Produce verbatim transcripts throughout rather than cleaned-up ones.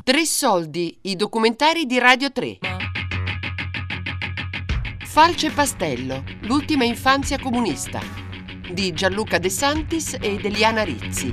Tre soldi, i documentari di Radio tre. Falce e Pastello, l'ultima infanzia comunista, di Gianluca De Santis ed Eliana Rizzi.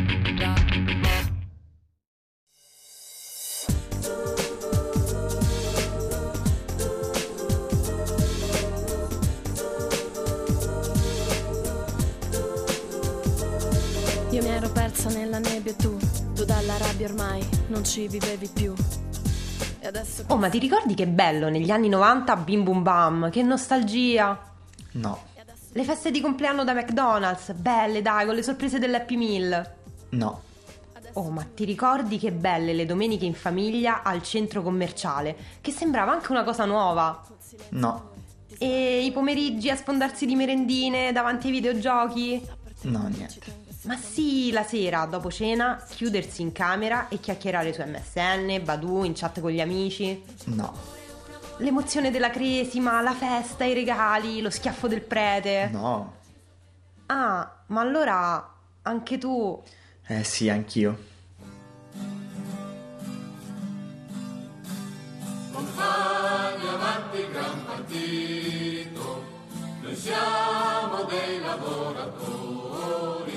Io mi ero persa nella nebbia e tu, tu dalla rabbia ormai non ci vivevi più. E adesso... Oh, ma ti ricordi che bello negli anni novanta Bim Bum Bam? Che nostalgia! No. Le feste di compleanno da McDonald's, belle dai, con le sorprese dell'Happy Meal. No. Oh, ma ti ricordi che belle le domeniche in famiglia al centro commerciale? Che sembrava anche una cosa nuova. No. E i pomeriggi a sfondarsi di merendine davanti ai videogiochi? No, niente. Ma sì, la sera, dopo cena, chiudersi in camera e chiacchierare su M S N, Badoo, in chat con gli amici. No. L'emozione della cresima, la festa, i regali, lo schiaffo del prete. No. Ah, ma allora anche tu... Eh sì, anch'io. Compagni avanti gran partito, noi siamo dei lavoratori.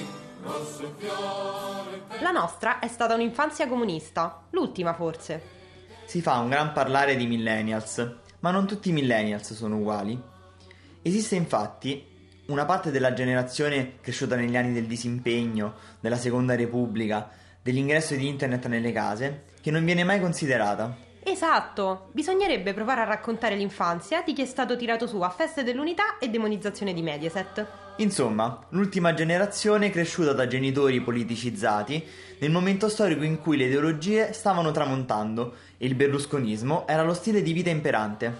La nostra è stata un'infanzia comunista, l'ultima forse. Si fa un gran parlare di millennials, ma non tutti i millennials sono uguali. Esiste infatti una parte della generazione cresciuta negli anni del disimpegno, della Seconda Repubblica, dell'ingresso di internet nelle case, che non viene mai considerata. Esatto, bisognerebbe provare a raccontare l'infanzia di chi è stato tirato su a feste dell'unità e demonizzazione di Mediaset. Insomma, l'ultima generazione cresciuta da genitori politicizzati nel momento storico in cui le ideologie stavano tramontando e il berlusconismo era lo stile di vita imperante.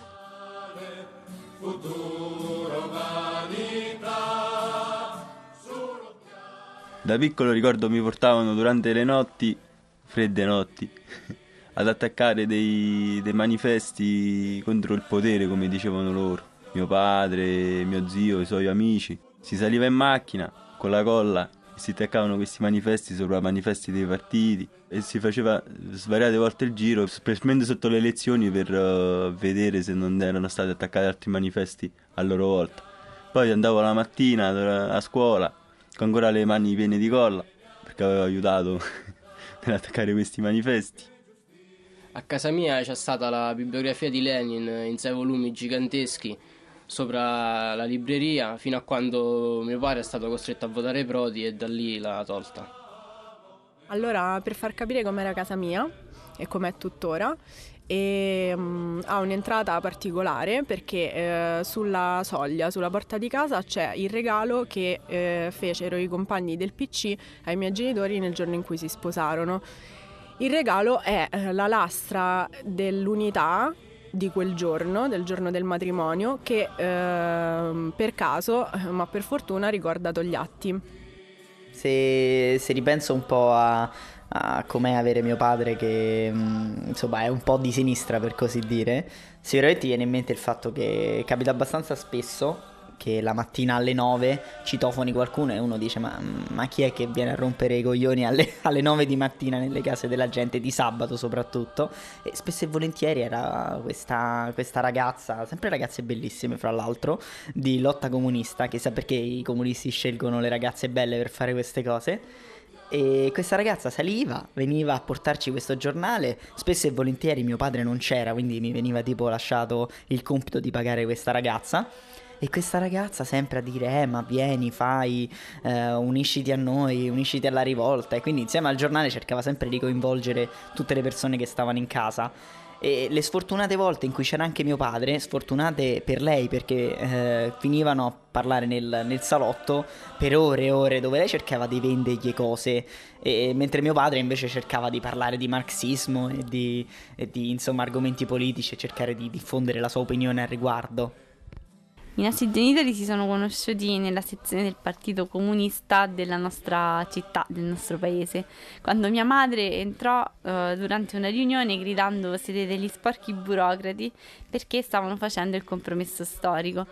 Da piccolo ricordo mi portavano durante le notti, fredde notti, ad attaccare dei, dei manifesti contro il potere, come dicevano loro. Mio padre, mio zio, i suoi amici. Si saliva in macchina con la colla e si attaccavano questi manifesti sopra manifesti dei partiti e si faceva svariate volte il giro, specialmente sotto le elezioni, per uh, vedere se non erano stati attaccati altri manifesti a loro volta. Poi andavo la mattina a scuola con ancora le mani piene di colla perché avevo aiutato nell'attaccare questi manifesti. A casa mia c'è stata la bibliografia di Lenin in sei volumi giganteschi sopra la libreria, fino a quando mio padre è stato costretto a votare Prodi e da lì l'ha tolta. Allora, per far capire com'era casa mia e com'è tuttora, e, um, ha un'entrata particolare perché eh, sulla soglia, sulla porta di casa, c'è il regalo che eh, fecero i compagni del P C ai miei genitori nel giorno in cui si sposarono. Il regalo è eh, la lastra dell'unità di quel giorno, del giorno del matrimonio, che eh, per caso, ma per fortuna, ricorda Togliatti. Se, se ripenso un po' a, a com'è avere mio padre che mh, insomma è un po' di sinistra, per così dire, sicuramente viene in mente il fatto che capita abbastanza spesso che la mattina alle nove citofoni qualcuno e uno dice ma, ma chi è che viene a rompere i coglioni alle, alle nove di mattina nelle case della gente, di sabato soprattutto. E spesso e volentieri era questa, questa ragazza, sempre ragazze bellissime fra l'altro, di lotta comunista, chissà perché i comunisti scelgono le ragazze belle per fare queste cose. E questa ragazza saliva, veniva a portarci questo giornale, spesso e volentieri mio padre non c'era, quindi mi veniva tipo lasciato il compito di pagare questa ragazza. E questa ragazza sempre a dire eh ma vieni, fai, eh, unisciti a noi, unisciti alla rivolta. E quindi insieme al giornale cercava sempre di coinvolgere tutte le persone che stavano in casa. E le sfortunate volte in cui c'era anche mio padre, sfortunate per lei perché eh, finivano a parlare nel, nel salotto per ore e ore, dove lei cercava di vendergli cose e, mentre mio padre invece cercava di parlare di marxismo e di, e di insomma argomenti politici e cercare di diffondere la sua opinione al riguardo. I nostri genitori si sono conosciuti nella sezione del Partito Comunista della nostra città, del nostro paese, quando mia madre entrò eh, durante una riunione gridando "siete degli sporchi burocrati", perché stavano facendo il compromesso storico.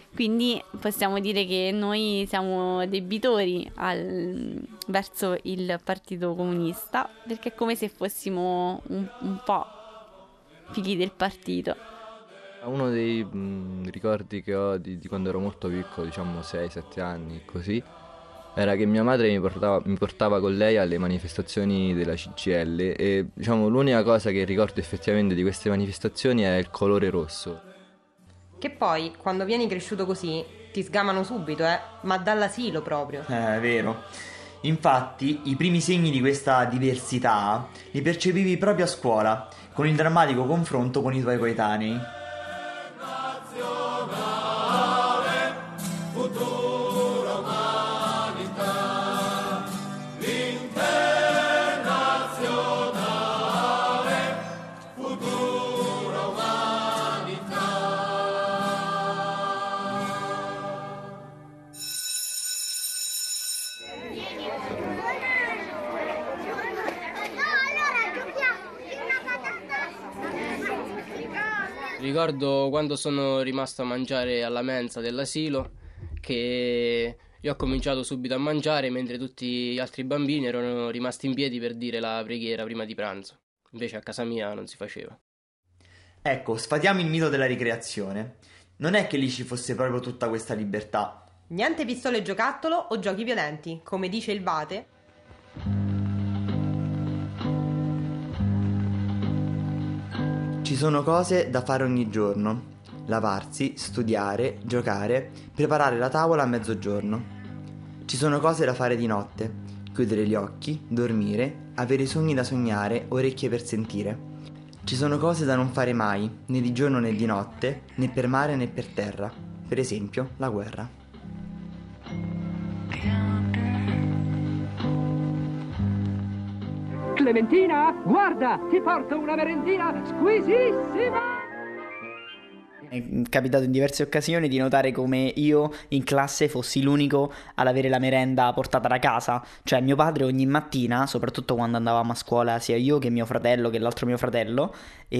Quindi possiamo dire che noi siamo debitori al, verso il Partito Comunista, perché è come se fossimo un, un po' figli del partito. Uno dei mh, ricordi che ho di, di quando ero molto piccolo, diciamo sei sette anni, così, era che mia madre mi portava, mi portava con lei alle manifestazioni della C G I L e diciamo l'unica cosa che ricordo effettivamente di queste manifestazioni è il colore rosso. Che poi, quando vieni cresciuto così, ti sgamano subito, eh? Ma dall'asilo proprio. Eh, è vero. Infatti, i primi segni di questa diversità li percepivi proprio a scuola, con il drammatico confronto con i tuoi coetanei. Ricordo quando sono rimasto a mangiare alla mensa dell'asilo che io ho cominciato subito a mangiare mentre tutti gli altri bambini erano rimasti in piedi per dire la preghiera prima di pranzo. Invece a casa mia non si faceva. Ecco, sfatiamo il mito della ricreazione. Non è che lì ci fosse proprio tutta questa libertà. Niente pistole e giocattolo o giochi violenti, come dice il Vate. Ci sono cose da fare ogni giorno. Lavarsi, studiare, giocare, preparare la tavola a mezzogiorno. Ci sono cose da fare di notte. Chiudere gli occhi, dormire, avere sogni da sognare, orecchie per sentire. Ci sono cose da non fare mai, né di giorno né di notte, né per mare né per terra. Per esempio, la guerra. Clementina, guarda, ti porto una merendina squisissima! È capitato in diverse occasioni di notare come io in classe fossi l'unico ad avere la merenda portata da casa. Cioè mio padre ogni mattina, soprattutto quando andavamo a scuola, sia io che mio fratello che l'altro mio fratello,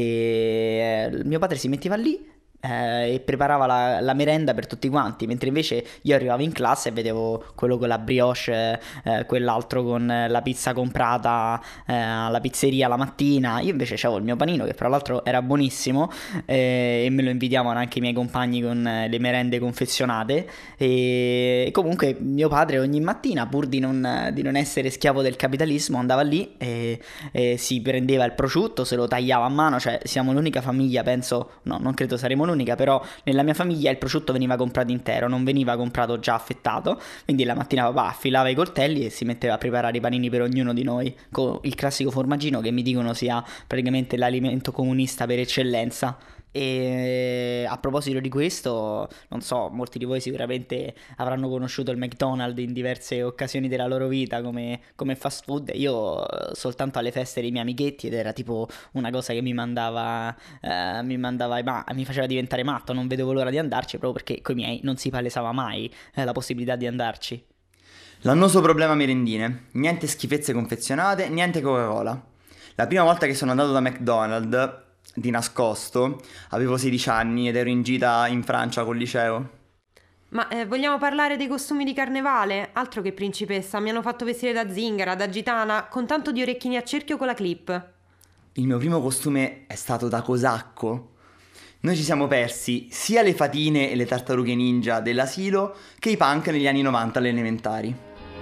e mio padre si metteva lì eh, e preparava la, la merenda per tutti quanti, mentre invece io arrivavo in classe e vedevo quello con la brioche, eh, quell'altro con la pizza comprata eh, alla pizzeria la mattina. Io invece avevo il mio panino che fra l'altro era buonissimo eh, e me lo invidiavano anche i miei compagni con le merende confezionate. E comunque mio padre ogni mattina, pur di non, di non essere schiavo del capitalismo, andava lì e, e si prendeva il prosciutto, se lo tagliava a mano. Cioè siamo l'unica famiglia, penso, no, non credo saremo l'unica, però nella mia famiglia il prosciutto veniva comprato intero, non veniva comprato già affettato, quindi la mattina papà affilava i coltelli e si metteva a preparare i panini per ognuno di noi, con il classico formaggino che mi dicono sia praticamente l'alimento comunista per eccellenza. E a proposito di questo, non so, molti di voi sicuramente avranno conosciuto il McDonald's in diverse occasioni della loro vita come, come fast food. Io soltanto alle feste dei miei amichetti, ed era tipo una cosa che mi mandava eh, mi mandava ma mi faceva diventare matto. Non vedevo l'ora di andarci, proprio perché coi miei non si palesava mai eh, la possibilità di andarci. L'annoso problema merendine. Niente schifezze confezionate, niente Coca-Cola. La prima volta che sono andato da McDonald's di nascosto, avevo sedici anni ed ero in gita in Francia col liceo. Ma eh, vogliamo parlare dei costumi di carnevale? Altro che principessa, mi hanno fatto vestire da zingara, da gitana, con tanto di orecchini a cerchio con la clip. Il mio primo costume è stato da cosacco. Noi ci siamo persi sia le fatine e le tartarughe ninja dell'asilo che i punk negli anni novanta alle elementari.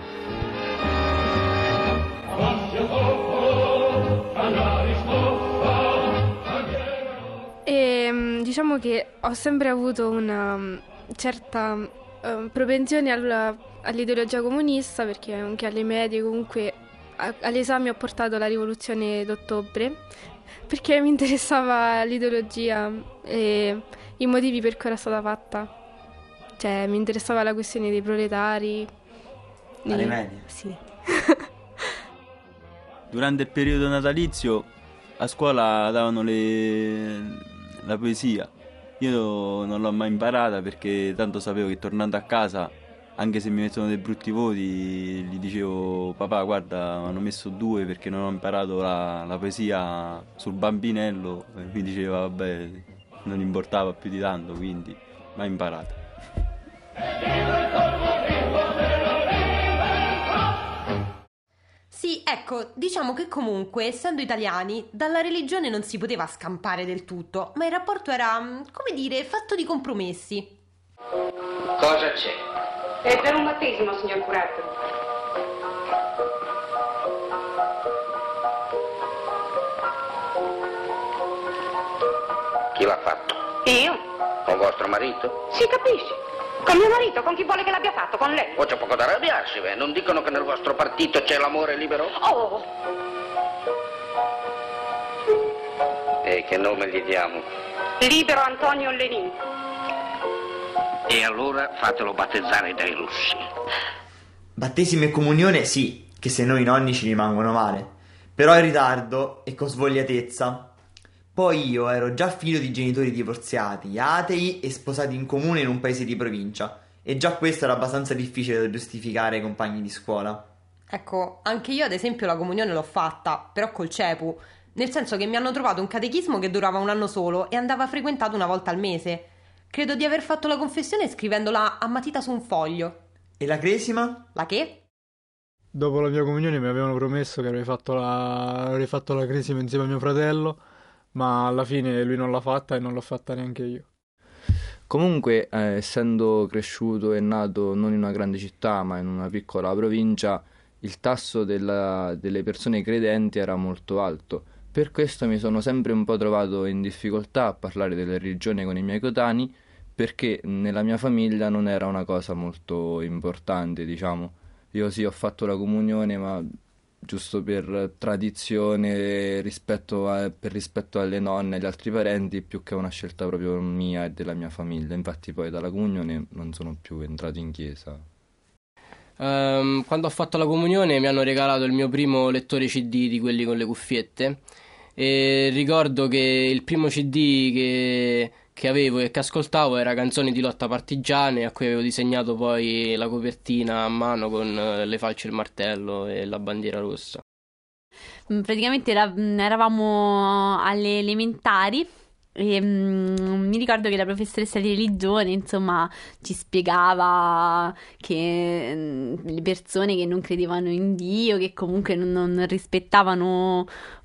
E diciamo che ho sempre avuto una certa uh, propensione al, all'ideologia comunista, perché anche alle medie comunque a, all'esame ho portato la rivoluzione d'ottobre, perché mi interessava l'ideologia e i motivi per cui era stata fatta. Cioè mi interessava la questione dei proletari. Alle medie? Sì. Durante il periodo natalizio a scuola davano le... la poesia. Io non l'ho mai imparata perché tanto sapevo che tornando a casa, anche se mi mettono dei brutti voti, gli dicevo: papà, guarda, hanno messo due perché non ho imparato la, la poesia sul bambinello. E mi diceva vabbè, non importava più di tanto, quindi mai imparata. Sì, ecco, diciamo che comunque, essendo italiani, dalla religione non si poteva scampare del tutto, ma il rapporto era, come dire, fatto di compromessi. Cosa c'è? È per un battesimo, signor curato. Chi l'ha fatto? Io? Con vostro marito? Si capisce. Con mio marito, con chi vuole che l'abbia fatto? Con lei? Oh, c'è poco da arrabbiarsi, beh. Non dicono che nel vostro partito c'è l'amore libero? Oh! E che nome gli diamo? Libero Antonio Lenin. E allora fatelo battezzare dai russi. Battesimo e comunione sì, che se no i nonni ci rimangono male. Però in ritardo e con svogliatezza. Poi io ero già figlio di genitori divorziati, atei e sposati in comune in un paese di provincia. E già questo era abbastanza difficile da giustificare ai compagni di scuola. Ecco, anche io ad esempio la comunione l'ho fatta, però col cepu. Nel senso che mi hanno trovato un catechismo che durava un anno solo e andava frequentato una volta al mese. Credo di aver fatto la confessione scrivendola a matita su un foglio. E la cresima? La che? Dopo la mia comunione mi avevano promesso che avrei fatto la, avrei fatto la cresima insieme a mio fratello, ma alla fine lui non l'ha fatta e non l'ho fatta neanche io. Comunque, eh, essendo cresciuto e nato non in una grande città, ma in una piccola provincia, il tasso della, delle persone credenti era molto alto. Per questo mi sono sempre un po' trovato in difficoltà a parlare della religione con i miei coetanei, perché nella mia famiglia non era una cosa molto importante, diciamo. Io sì, ho fatto la comunione, ma giusto per tradizione, rispetto a, per rispetto alle nonne e agli altri parenti, più che una scelta proprio mia e della mia famiglia. Infatti poi dalla comunione non sono più entrato in chiesa. Um, quando ho fatto la comunione mi hanno regalato il mio primo lettore C D di quelli con le cuffiette e ricordo che il primo C D che, che avevo e che ascoltavo era Canzoni di lotta partigiane, a cui avevo disegnato poi la copertina a mano con le falce e il martello e la bandiera rossa. Praticamente era, eravamo alle elementari e mm, mi ricordo che la professoressa di religione insomma ci spiegava che mm, le persone che non credevano in Dio, che comunque non, non rispettavano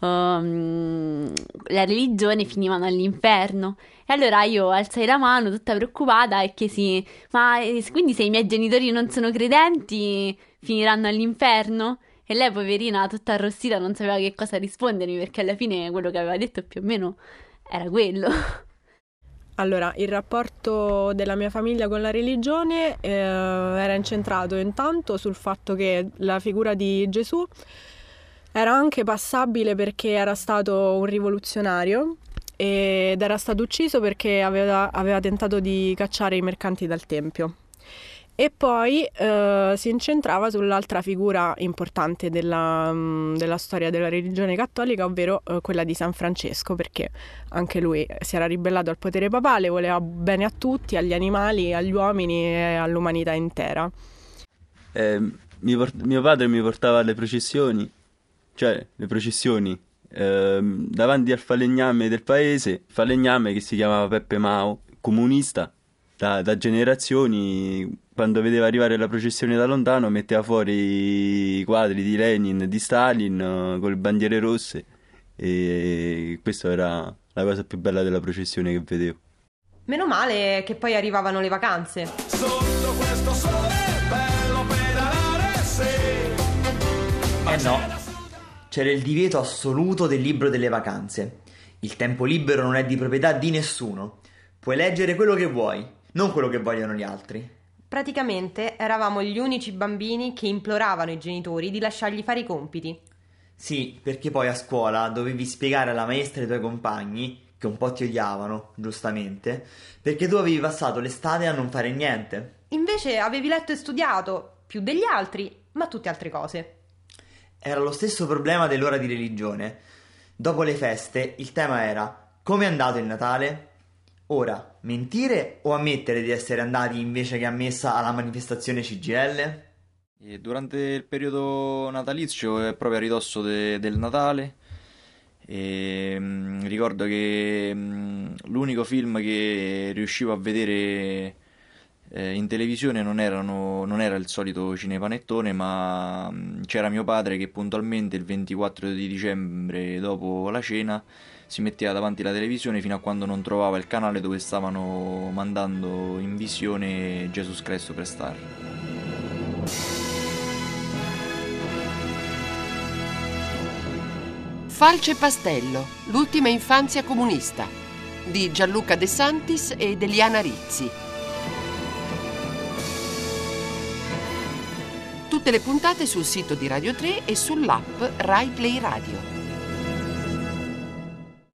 um, la religione, finivano all'inferno. E allora io alzai la mano tutta preoccupata e chiesi: ma eh, quindi se i miei genitori non sono credenti finiranno all'inferno? E lei, poverina, tutta arrossita, non sapeva che cosa rispondermi, perché alla fine quello che aveva detto più o meno era quello. Allora, il rapporto della mia famiglia con la religione eh, era incentrato intanto sul fatto che la figura di Gesù era anche passabile perché era stato un rivoluzionario ed era stato ucciso perché aveva, aveva tentato di cacciare i mercanti dal Tempio. E poi eh, si incentrava sull'altra figura importante della, della storia della religione cattolica, ovvero eh, quella di San Francesco, perché anche lui si era ribellato al potere papale, voleva bene a tutti, agli animali, agli uomini e all'umanità intera. Eh, mi port- mio padre mi portava alle processioni, cioè le processioni, eh, davanti al falegname del paese, falegname che si chiamava Peppe Mao, comunista da, da generazioni. Quando vedeva arrivare la processione da lontano metteva fuori i quadri di Lenin, di Stalin uh, con le bandiere rosse, e questa era la cosa più bella della processione che vedevo. Meno male che poi arrivavano le vacanze. Sotto questo sole bello pedalare, sì. Eh no, c'era il divieto assoluto del libro delle vacanze. Il tempo libero non è di proprietà di nessuno. Puoi leggere quello che vuoi, non quello che vogliono gli altri. Praticamente eravamo gli unici bambini che imploravano i genitori di lasciargli fare i compiti. Sì, perché poi a scuola dovevi spiegare alla maestra e ai tuoi compagni, che un po' ti odiavano, giustamente, perché tu avevi passato l'estate a non fare niente. Invece avevi letto e studiato, più degli altri, ma tutte altre cose. Era lo stesso problema dell'ora di religione. Dopo le feste il tema era: come è andato il Natale? Ora, mentire o ammettere di essere andati invece che ammessa alla manifestazione C G I L? E durante il periodo natalizio è proprio a ridosso de- del Natale e mh, ricordo che mh, l'unico film che riuscivo a vedere Eh, in televisione non erano, non era il solito cinepanettone, ma mh, c'era mio padre che puntualmente il ventiquattro di dicembre, dopo la cena, si metteva davanti alla televisione fino a quando non trovava il canale dove stavano mandando in visione Jesus Christ Superstar. Falce e Pastello, l'ultima infanzia comunista di Gianluca De Santis ed Eliana Rizzi. Tutte le puntate sul sito di Radio tre e sull'app Rai Play Radio.